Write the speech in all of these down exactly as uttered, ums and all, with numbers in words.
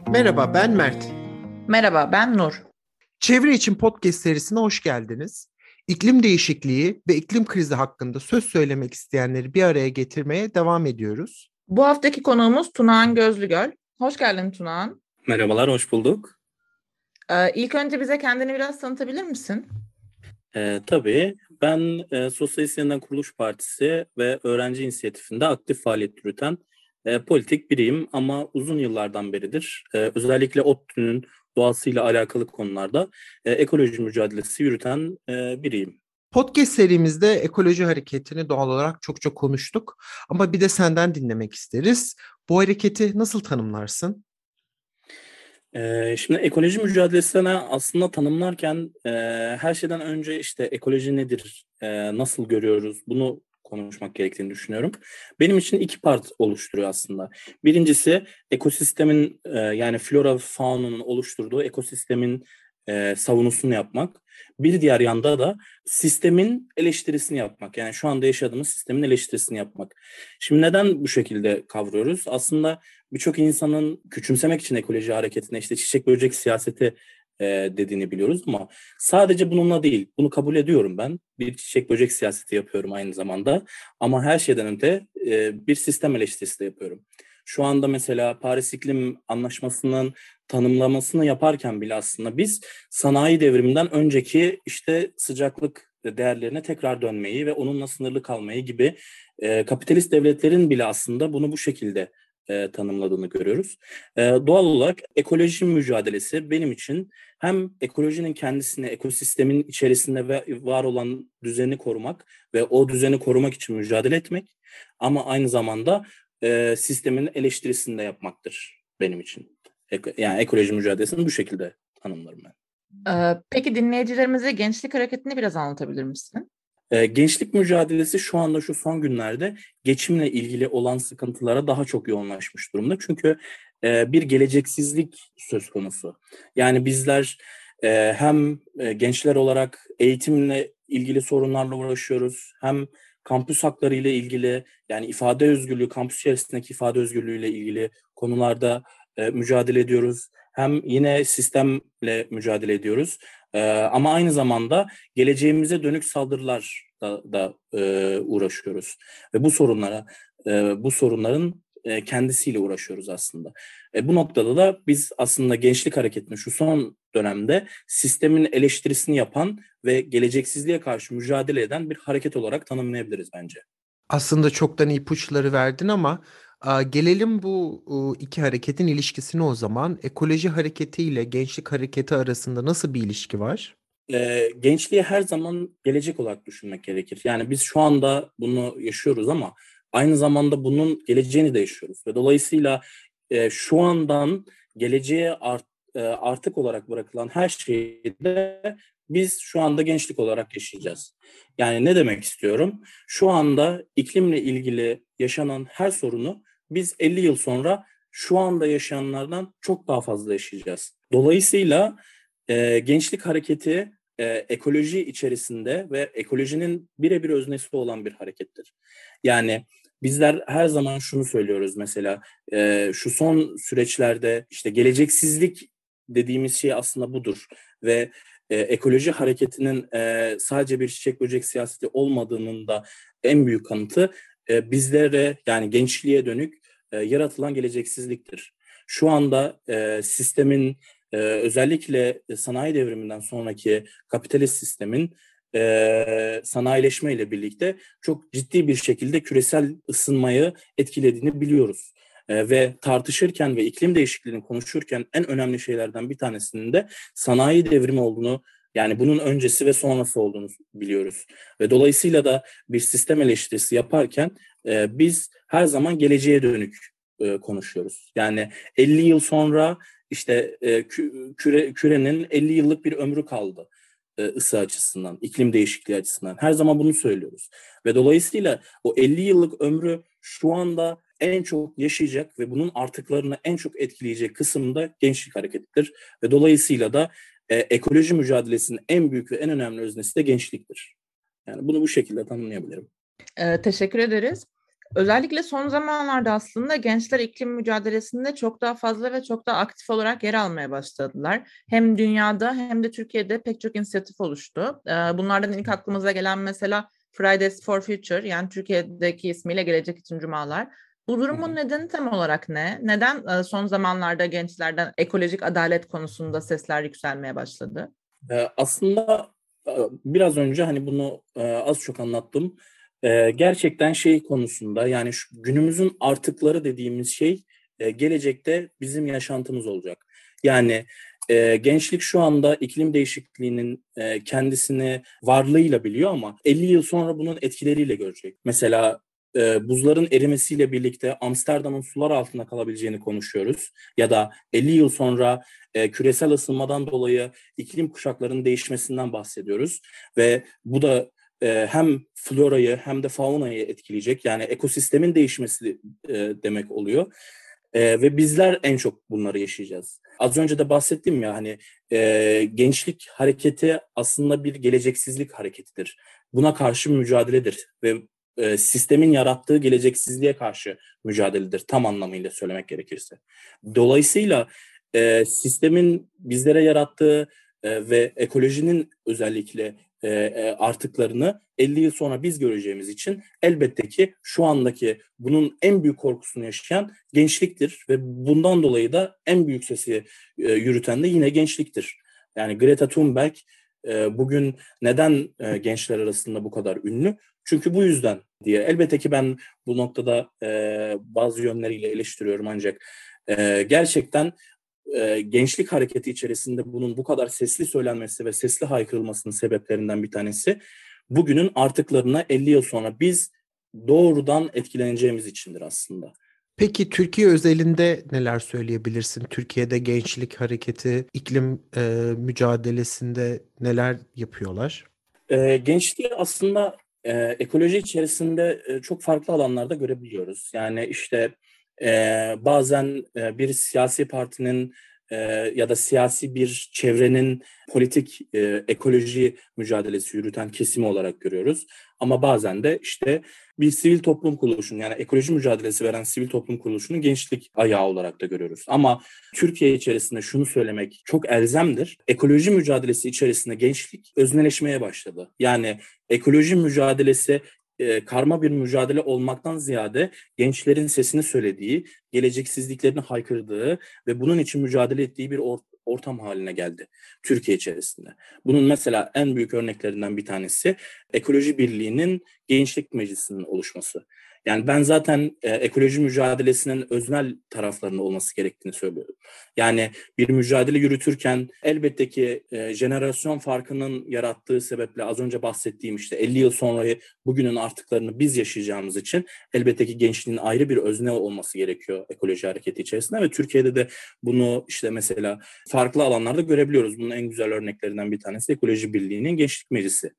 Merhaba, ben Mert. Merhaba, ben Nur. Çevre için podcast serisine hoş geldiniz. İklim değişikliği ve iklim krizi hakkında söz söylemek isteyenleri bir araya getirmeye devam ediyoruz. Bu haftaki konuğumuz Tunağan Gözlügöl. Hoş geldin Tunağan. Merhabalar, hoş bulduk. Ee, ilk önce bize kendini biraz tanıtabilir misin? Ee, tabii, ben e, Sosyalist Yeniden Kuruluş Partisi ve Öğrenci İnisiyatifinde aktif faaliyet yürüten e, politik biriyim ama uzun yıllardan beridir e, özellikle ODTÜ'nün doğasıyla alakalı konularda e, ekoloji mücadelesi yürüten e, biriyim. Podcast serimizde ekoloji hareketini doğal olarak çokça konuştuk ama bir de senden dinlemek isteriz. Bu hareketi nasıl tanımlarsın? Ee, şimdi ekoloji mücadelesine aslında tanımlarken e, her şeyden önce işte ekoloji nedir, e, nasıl görüyoruz bunu konuşmak gerektiğini düşünüyorum. Benim için iki part oluşturuyor aslında. Birincisi ekosistemin e, yani flora ve faunanın oluşturduğu ekosistemin e, savunusunu yapmak. Bir diğer yanda da sistemin eleştirisini yapmak. Yani şu anda yaşadığımız sistemin eleştirisini yapmak. Şimdi neden bu şekilde kavruyoruz? Aslında birçok insanın küçümsemek için ekoloji hareketine işte çiçek böcek siyaseti e, dediğini biliyoruz ama sadece bununla değil, bunu kabul ediyorum ben. Bir çiçek böcek siyaseti yapıyorum aynı zamanda ama her şeyden öte e, bir sistem eleştirisi de yapıyorum. Şu anda mesela Paris İklim Anlaşması'nın tanımlamasını yaparken bile aslında biz sanayi devriminden önceki işte sıcaklık değerlerine tekrar dönmeyi ve onunla sınırlı kalmayı gibi e, kapitalist devletlerin bile aslında bunu bu şekilde e, tanımladığını görüyoruz. E, doğal olarak ekoloji mücadelesi benim için hem ekolojinin kendisini, ekosistemin içerisinde ve var olan düzeni korumak ve o düzeni korumak için mücadele etmek ama aynı zamanda e, sistemin eleştirisini de yapmaktır benim için. Eko, yani ekoloji mücadelesini bu şekilde tanımlarım ben. Ee, peki dinleyicilerimize gençlik hareketini biraz anlatabilir misin? Ee, gençlik mücadelesi şu anda şu son günlerde geçimle ilgili olan sıkıntılara daha çok yoğunlaşmış durumda. Çünkü e, bir geleceksizlik söz konusu. Yani bizler e, hem e, gençler olarak eğitimle ilgili sorunlarla uğraşıyoruz, hem kampüs hakları ile ilgili yani ifade özgürlüğü, kampüs içerisindeki ifade özgürlüğü ile ilgili konularda e, mücadele ediyoruz. Hem yine sistemle mücadele ediyoruz. E, ama aynı zamanda geleceğimize dönük saldırılar da, da e, uğraşıyoruz ve bu sorunlara e, bu sorunların e, kendisiyle uğraşıyoruz aslında. E, bu noktada da biz aslında gençlik hareketini şu son dönemde sistemin eleştirisini yapan ve geleceksizliğe karşı mücadele eden bir hareket olarak tanımlayabiliriz bence. Aslında çoktan ipuçları verdin ama a, gelelim bu u, iki hareketin ilişkisine o zaman. Ekoloji hareketi ile gençlik hareketi arasında nasıl bir ilişki var? E, gençliği her zaman gelecek olarak düşünmek gerekir. Yani biz şu anda bunu yaşıyoruz ama aynı zamanda bunun geleceğini de yaşıyoruz. Ve dolayısıyla e, şu andan geleceğe art, e, artık olarak bırakılan her şeyi de biz şu anda gençlik olarak yaşayacağız. Yani ne demek istiyorum? Şu anda iklimle ilgili yaşanan her sorunu biz elli yıl sonra şu anda yaşayanlardan çok daha fazla yaşayacağız. Dolayısıyla e, gençlik hareketi e, ekoloji içerisinde ve ekolojinin birebir öznesi olan bir harekettir. Yani bizler her zaman şunu söylüyoruz mesela e, şu son süreçlerde işte geleceksizlik dediğimiz şey aslında budur ve e, ekoloji hareketinin e, sadece bir çiçek böcek siyaseti olmadığının da en büyük kanıtı e, bizlere yani gençliğe dönük e, yaratılan geleceksizliktir. Şu anda e, sistemin Ee, özellikle sanayi devriminden sonraki kapitalist sistemin e, sanayileşme ile birlikte çok ciddi bir şekilde küresel ısınmayı etkilediğini biliyoruz. E, ve tartışırken ve iklim değişikliğini konuşurken en önemli şeylerden bir tanesinin de sanayi devrimi olduğunu yani bunun öncesi ve sonrası olduğunu biliyoruz. Ve dolayısıyla da bir sistem eleştirisi yaparken e, biz her zaman geleceğe dönük e, konuşuyoruz. Yani elli yıl sonra işte e, küre, kürenin elli yıllık bir ömrü kaldı e, ısı açısından, iklim değişikliği açısından. Her zaman bunu söylüyoruz. Ve dolayısıyla o elli yıllık ömrü şu anda en çok yaşayacak ve bunun artıklarını en çok etkileyecek kısım da gençlik hareketidir. Ve dolayısıyla da e, ekoloji mücadelesinin en büyük ve en önemli öznesi de gençliktir. Yani bunu bu şekilde tanımlayabilirim. Ee, teşekkür ederiz. Özellikle son zamanlarda aslında gençler iklim mücadelesinde çok daha fazla ve çok daha aktif olarak yer almaya başladılar. Hem dünyada hem de Türkiye'de pek çok inisiyatif oluştu. Ee, Bunlardan ilk aklımıza gelen mesela Fridays for Future, yani Türkiye'deki ismiyle Gelecek için Cumalar. Bu Hı durumun hı. nedeni tam olarak ne? Neden e, son zamanlarda gençlerden ekolojik adalet konusunda sesler yükselmeye başladı? Ee, aslında e, biraz önce hani bunu e, az çok anlattım. Ee, gerçekten şey konusunda, yani şu günümüzün artıkları dediğimiz şey e, gelecekte bizim yaşantımız olacak. Yani e, gençlik şu anda iklim değişikliğinin e, kendisini varlığıyla biliyor ama elli yıl sonra bunun etkileriyle görecek. Mesela e, buzların erimesiyle birlikte Amsterdam'ın sular altında kalabileceğini konuşuyoruz. Ya da elli yıl sonra e, küresel ısınmadan dolayı iklim kuşaklarının değişmesinden bahsediyoruz ve bu da e, hem florayı hem de faunayı etkileyecek. Yani ekosistemin değişmesi e, demek oluyor. E, ve bizler en çok bunları yaşayacağız. Az önce de bahsettim ya, hani e, gençlik hareketi aslında bir geleceksizlik hareketidir. Buna karşı mücadeledir ve e, sistemin yarattığı geleceksizliğe karşı mücadeledir, tam anlamıyla söylemek gerekirse. Dolayısıyla e, sistemin bizlere yarattığı e, ve ekolojinin özellikle e, e, artıklarını elli yıl sonra biz göreceğimiz için elbette ki şu andaki bunun en büyük korkusunu yaşayan gençliktir ve bundan dolayı da en büyük sesi e, yürüten de yine gençliktir. Yani Greta Thunberg e, bugün neden e, gençler arasında bu kadar ünlü? Çünkü bu yüzden diye. Elbette ki ben bu noktada e, bazı yönleriyle eleştiriyorum, ancak e, gerçekten e, gençlik hareketi içerisinde bunun bu kadar sesli söylenmesi ve sesli haykırılmasının sebeplerinden bir tanesi bugünün artıklarına elli yıl sonra biz doğrudan etkileneceğimiz içindir aslında. Peki Türkiye özelinde neler söyleyebilirsin? Türkiye'de gençlik hareketi, iklim e, mücadelesinde neler yapıyorlar? E, gençliği aslında e, ekoloji içerisinde e, çok farklı alanlarda görebiliyoruz. Yani işte e, bazen e, bir siyasi partinin e, ya da siyasi bir çevrenin politik e, ekoloji mücadelesi yürüten kesimi olarak görüyoruz. Ama bazen de işte bir sivil toplum kuruluşunun, yani ekoloji mücadelesi veren sivil toplum kuruluşunun gençlik ayağı olarak da görüyoruz. Ama Türkiye içerisinde şunu söylemek çok elzemdir. Ekoloji mücadelesi içerisinde gençlik özneleşmeye başladı. Yani ekoloji mücadelesi e, karma bir mücadele olmaktan ziyade gençlerin sesini söylediği, geleceksizliklerini haykırdığı ve bunun için mücadele ettiği bir or- ortam haline geldi Türkiye içerisinde. Bunun mesela en büyük örneklerinden bir tanesi Ekoloji Birliği'nin Gençlik Meclisi'nin oluşması. Yani ben zaten e, ekoloji mücadelesinin öznel taraflarında olması gerektiğini söylüyorum. Yani bir mücadele yürütürken elbette ki e, jenerasyon farkının yarattığı sebeple az önce bahsettiğim işte elli yıl sonrayı, bugünün artıklarını biz yaşayacağımız için elbette ki gençliğin ayrı bir özne olması gerekiyor ekoloji hareketi içerisinde ve Türkiye'de de bunu işte mesela farklı alanlarda görebiliyoruz. Bunun en güzel örneklerinden bir tanesi Ekoloji Birliği'nin Gençlik Meclisi.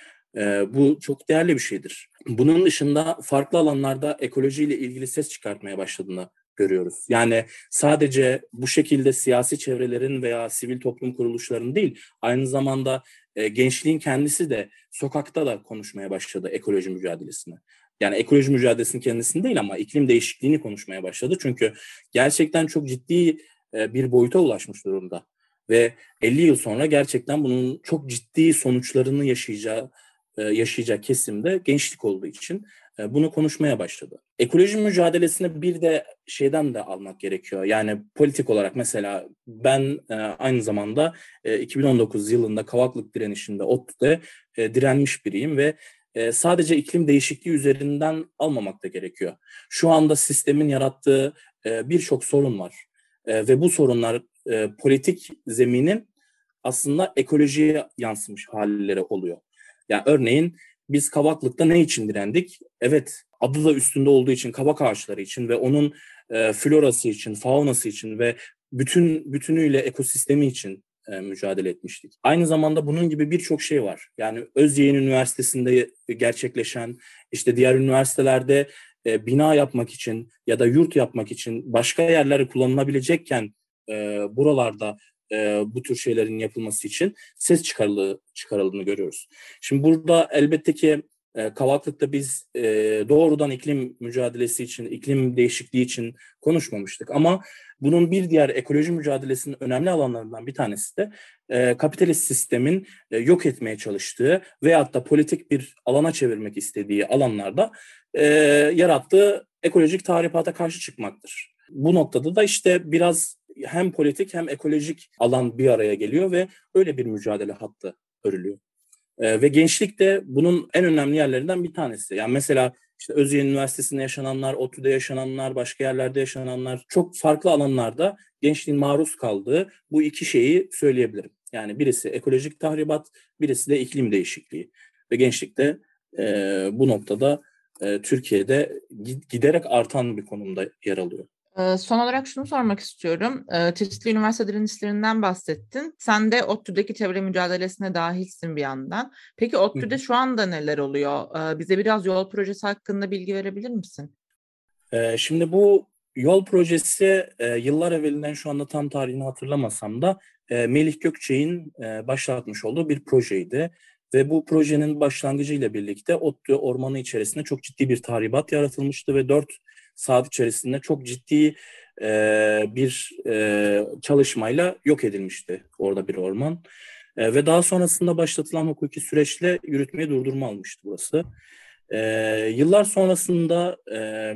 Ee, bu çok değerli bir şeydir. Bunun dışında farklı alanlarda ekolojiyle ilgili ses çıkartmaya başladığını görüyoruz. Yani sadece bu şekilde siyasi çevrelerin veya sivil toplum kuruluşlarının değil, aynı zamanda e, gençliğin kendisi de sokakta da konuşmaya başladı ekoloji mücadelesini. Yani ekoloji mücadelesinin kendisini değil ama iklim değişikliğini konuşmaya başladı. Çünkü gerçekten çok ciddi e, bir boyuta ulaşmış durumda. Ve elli yıl sonra gerçekten bunun çok ciddi sonuçlarını yaşayacağı yaşayacak kesimde gençlik olduğu için bunu konuşmaya başladı. Ekoloji mücadelesine bir de şeyden de almak gerekiyor. Yani politik olarak mesela ben aynı zamanda iki bin on dokuz yılında Kavaklık direnişinde ODTÜ'de direnmiş biriyim ve sadece iklim değişikliği üzerinden almamak da gerekiyor. Şu anda sistemin yarattığı birçok sorun var ve bu sorunlar politik zeminin aslında ekolojiye yansımış halleri oluyor. Yani örneğin biz Kavaklık'ta ne için direndik? Evet, adı da üstünde olduğu için kavak ağaçları için ve onun e, florası için, faunası için ve bütün bütünüyle ekosistemi için e, mücadele etmiştik. Aynı zamanda bunun gibi birçok şey var. Yani Özyeğin Üniversitesi'nde gerçekleşen, işte diğer üniversitelerde e, bina yapmak için ya da yurt yapmak için başka yerler kullanılabilecekken e, buralarda e, bu tür şeylerin yapılması için ses çıkarıldığı, çıkarıldığını görüyoruz. Şimdi burada elbette ki E, Kavaklık'ta biz e, doğrudan iklim mücadelesi için, iklim değişikliği için konuşmamıştık. Ama bunun bir diğer ekoloji mücadelesinin önemli alanlarından bir tanesi de e, kapitalist sistemin e, yok etmeye çalıştığı veyahut da politik bir alana çevirmek istediği alanlarda e, yarattığı ekolojik tahribata karşı çıkmaktır. Bu noktada da işte biraz hem politik hem ekolojik alan bir araya geliyor ve öyle bir mücadele hattı örülüyor. Ee, ve gençlik de bunun en önemli yerlerinden bir tanesi. Yani mesela işte Özyeğin Üniversitesi'nde yaşananlar, ODTÜ'de yaşananlar, başka yerlerde yaşananlar, çok farklı alanlarda gençliğin maruz kaldığı bu iki şeyi söyleyebilirim. Yani birisi ekolojik tahribat, birisi de iklim değişikliği. Ve gençlik de e, bu noktada e, Türkiye'de giderek artan bir konumda yer alıyor. Son olarak şunu sormak istiyorum. Çeşitli üniversite direnişlerinden bahsettin. Sen de ODTÜ'deki çevre mücadelesine dahilsin bir yandan. Peki ODTÜ'de şu anda neler oluyor? Bize biraz yol projesi hakkında bilgi verebilir misin? Şimdi bu yol projesi yıllar evvelinden, şu anda tam tarihini hatırlamasam da Melih Gökçek'in başlatmış olduğu bir projeydi. Ve bu projenin başlangıcıyla birlikte ODTÜ ormanı içerisinde çok ciddi bir tahribat yaratılmıştı ve dört saat içerisinde çok ciddi e, bir e, çalışmayla yok edilmişti orada bir orman. E, ve daha sonrasında başlatılan hukuki süreçle yürütmeyi durdurma almıştı burası. E, yıllar sonrasında e,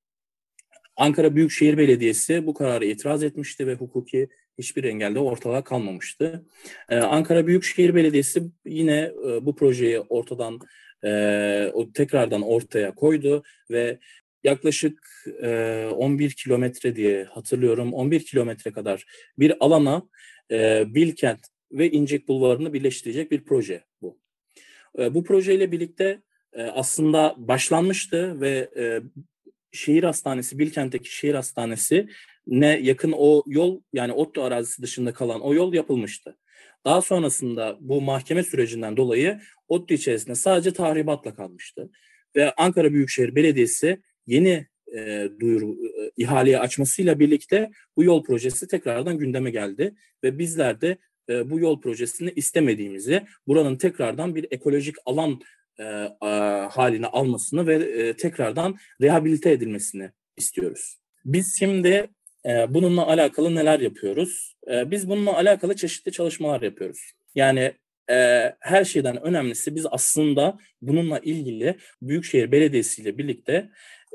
Ankara Büyükşehir Belediyesi bu karara itiraz etmişti ve hukuki hiçbir engelde ortalığa kalmamıştı. Ee, Ankara Büyükşehir Belediyesi yine e, bu projeyi ortadan e, o tekrardan ortaya koydu ve yaklaşık e, on bir kilometre diye hatırlıyorum, on bir kilometre kadar bir alana e, Bilkent ve İncek Bulvarı'nı birleştirecek bir proje bu. E, bu projeyle birlikte e, aslında başlanmıştı ve e, şehir hastanesi, Bilkent'teki şehir hastanesi ne yakın o yol, yani ODTÜ arazisi dışında kalan o yol yapılmıştı. Daha sonrasında bu mahkeme sürecinden dolayı ODTÜ içerisinde sadece tahribatla kalmıştı. Ve Ankara Büyükşehir Belediyesi yeni e, duyuru, e, ihaleyi açmasıyla birlikte bu yol projesi tekrardan gündeme geldi. Ve bizler de e, bu yol projesini istemediğimizi, buranın tekrardan bir ekolojik alan E, e, haline almasını ve e, tekrardan rehabilite edilmesini istiyoruz. Biz şimdi e, bununla alakalı neler yapıyoruz? E, biz bununla alakalı çeşitli çalışmalar yapıyoruz. Yani e, her şeyden önemlisi, biz aslında bununla ilgili Büyükşehir Belediyesi ile birlikte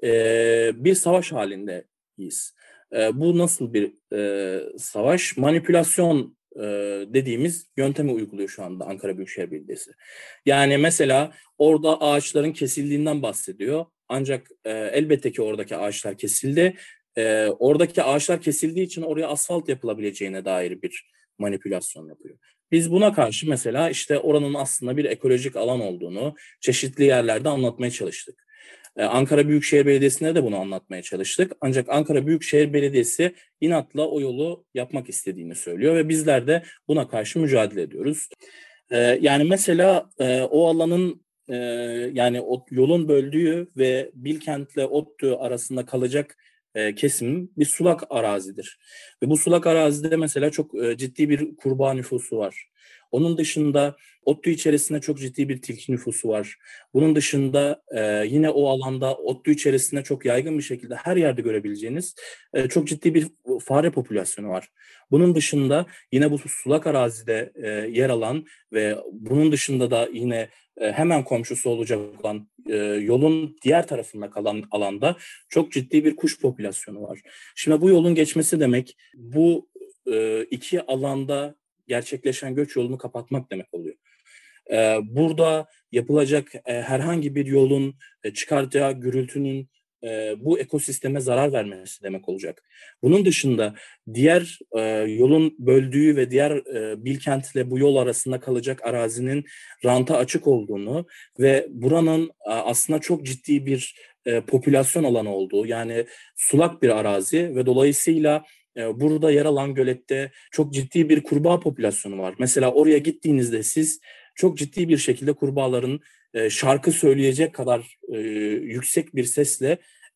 e, bir savaş halindeyiz. E, bu nasıl bir e, savaş? Manipülasyon dediğimiz yöntemi uyguluyor şu anda Ankara Büyükşehir Belediyesi. Yani mesela orada ağaçların kesildiğinden bahsediyor. Ancak e, elbette ki oradaki ağaçlar kesildi. E, oradaki ağaçlar kesildiği için oraya asfalt yapılabileceğine dair bir manipülasyon yapıyor. Biz buna karşı mesela işte oranın aslında bir ekolojik alan olduğunu çeşitli yerlerde anlatmaya çalıştık. Ankara Büyükşehir Belediyesi'ne de bunu anlatmaya çalıştık. Ancak Ankara Büyükşehir Belediyesi inatla o yolu yapmak istediğini söylüyor ve bizler de buna karşı mücadele ediyoruz. Yani mesela o alanın, yani o yolun böldüğü ve Bilkent'le ODTÜ arasında kalacak kesim bir sulak arazidir. Ve bu sulak arazide mesela çok ciddi bir kurbağa nüfusu var. Onun dışında ODTÜ içerisinde çok ciddi bir tilki nüfusu var. Bunun dışında e, yine o alanda ODTÜ içerisinde çok yaygın bir şekilde her yerde görebileceğiniz e, çok ciddi bir fare popülasyonu var. Bunun dışında yine bu sulak arazide e, yer alan ve bunun dışında da yine e, hemen komşusu olacak olan e, yolun diğer tarafında kalan alanda çok ciddi bir kuş popülasyonu var. Şimdi bu yolun geçmesi demek bu e, iki alanda gerçekleşen göç yolunu kapatmak demek oluyor. Ee, burada yapılacak e, herhangi bir yolun e, çıkaracağı gürültünün e, bu ekosisteme zarar vermesi demek olacak. Bunun dışında diğer e, yolun böldüğü ve diğer e, Bilkent ile bu yol arasında kalacak arazinin ranta açık olduğunu ve buranın e, aslında çok ciddi bir e, popülasyon alanı olduğu, yani sulak bir arazi ve dolayısıyla burada yer alan gölette çok ciddi bir kurbağa popülasyonu var. Mesela oraya gittiğinizde siz çok ciddi bir şekilde kurbağaların şarkı söyleyecek kadar yüksek bir sesle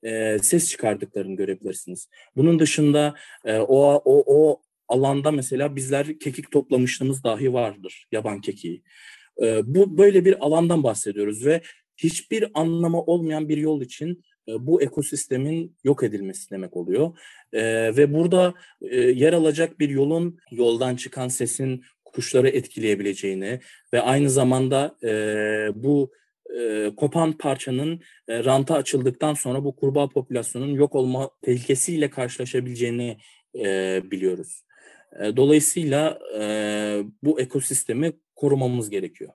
ses çıkardıklarını görebilirsiniz. Bunun dışında o o o alanda mesela bizler kekik toplamışlığımız dahi vardır, yaban kekiği. Bu böyle bir alandan bahsediyoruz ve hiçbir anlamı olmayan bir yol için e, bu ekosistemin yok edilmesi demek oluyor. E, ve burada e, yer alacak bir yolun yoldan çıkan sesin kuşları etkileyebileceğini ve aynı zamanda e, bu e, kopan parçanın e, ranta açıldıktan sonra bu kurbağa popülasyonunun yok olma tehlikesiyle karşılaşabileceğini e, biliyoruz. E, dolayısıyla e, bu ekosistemi korumamız gerekiyor.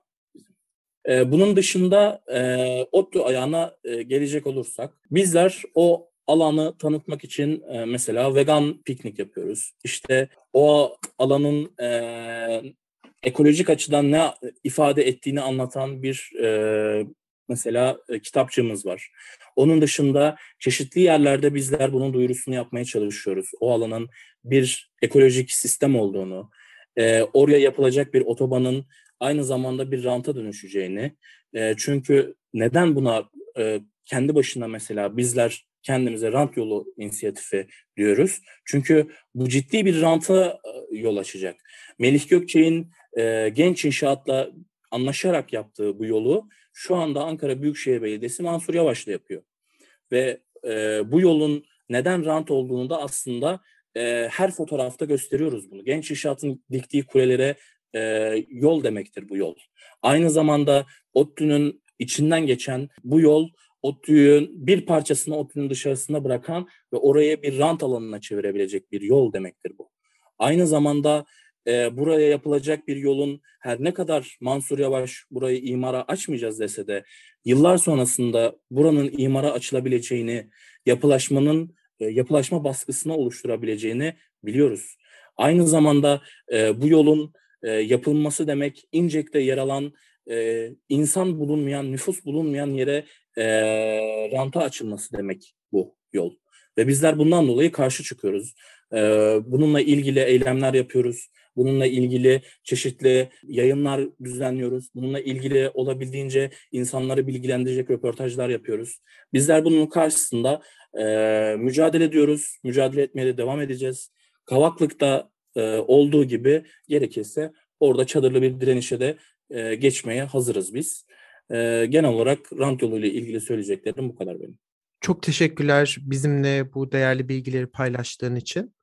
E, bunun dışında e, ODTÜ ayağına e, gelecek olursak, bizler o alanı tanıtmak için e, mesela vegan piknik yapıyoruz. İşte o alanın e, ekolojik açıdan ne ifade ettiğini anlatan bir e, mesela e, kitapçığımız var. Onun dışında çeşitli yerlerde bizler bunun duyurusunu yapmaya çalışıyoruz. O alanın bir ekolojik sistem olduğunu, e, oraya yapılacak bir otobanın aynı zamanda bir ranta dönüşeceğini. E, çünkü neden buna e, kendi başına mesela bizler kendimize rant yolu inisiyatifi diyoruz? Çünkü bu ciddi bir ranta e, yol açacak. Melih Gökçek'in e, Genç İnşaat'la anlaşarak yaptığı bu yolu şu anda Ankara Büyükşehir Belediyesi Mansur Yavaş'la yapıyor. Ve e, bu yolun neden rant olduğunu da aslında e, her fotoğrafta gösteriyoruz bunu. Genç İnşaat'ın diktiği kulelere e, yol demektir bu yol. Aynı zamanda ODTÜ'nün içinden geçen bu yol, ODTÜ'nün bir parçasını ODTÜ'nün dışarısına bırakan ve oraya bir rant alanına çevirebilecek bir yol demektir bu. Aynı zamanda e, buraya yapılacak bir yolun her ne kadar Mansur Yavaş burayı imara açmayacağız dese de yıllar sonrasında buranın imara açılabileceğini, yapılaşmanın e, yapılaşma baskısını oluşturabileceğini biliyoruz. Aynı zamanda e, bu yolun e, yapılması demek İncek'te yer alan e, insan bulunmayan, nüfus bulunmayan yere e, ranta açılması demek bu yol. Ve bizler bundan dolayı karşı çıkıyoruz. E, bununla ilgili eylemler yapıyoruz. Bununla ilgili çeşitli yayınlar düzenliyoruz. Bununla ilgili olabildiğince insanları bilgilendirecek röportajlar yapıyoruz. Bizler bunun karşısında e, mücadele ediyoruz. Mücadele etmeye de devam edeceğiz. Kavaklık'ta e, olduğu gibi gerekirse orada çadırlı bir direnişe de e, geçmeye hazırız biz. E, genel olarak rant yoluyla ilgili söyleyeceklerim bu kadar benim. Çok teşekkürler bizimle bu değerli bilgileri paylaştığın için.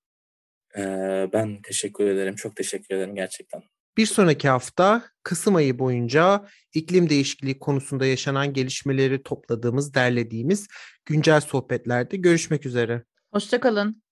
Ee, ben teşekkür ederim. Çok teşekkür ederim gerçekten. Bir sonraki hafta Kasım ayı boyunca iklim değişikliği konusunda yaşanan gelişmeleri topladığımız, derlediğimiz güncel sohbetlerde görüşmek üzere. Hoşça kalın.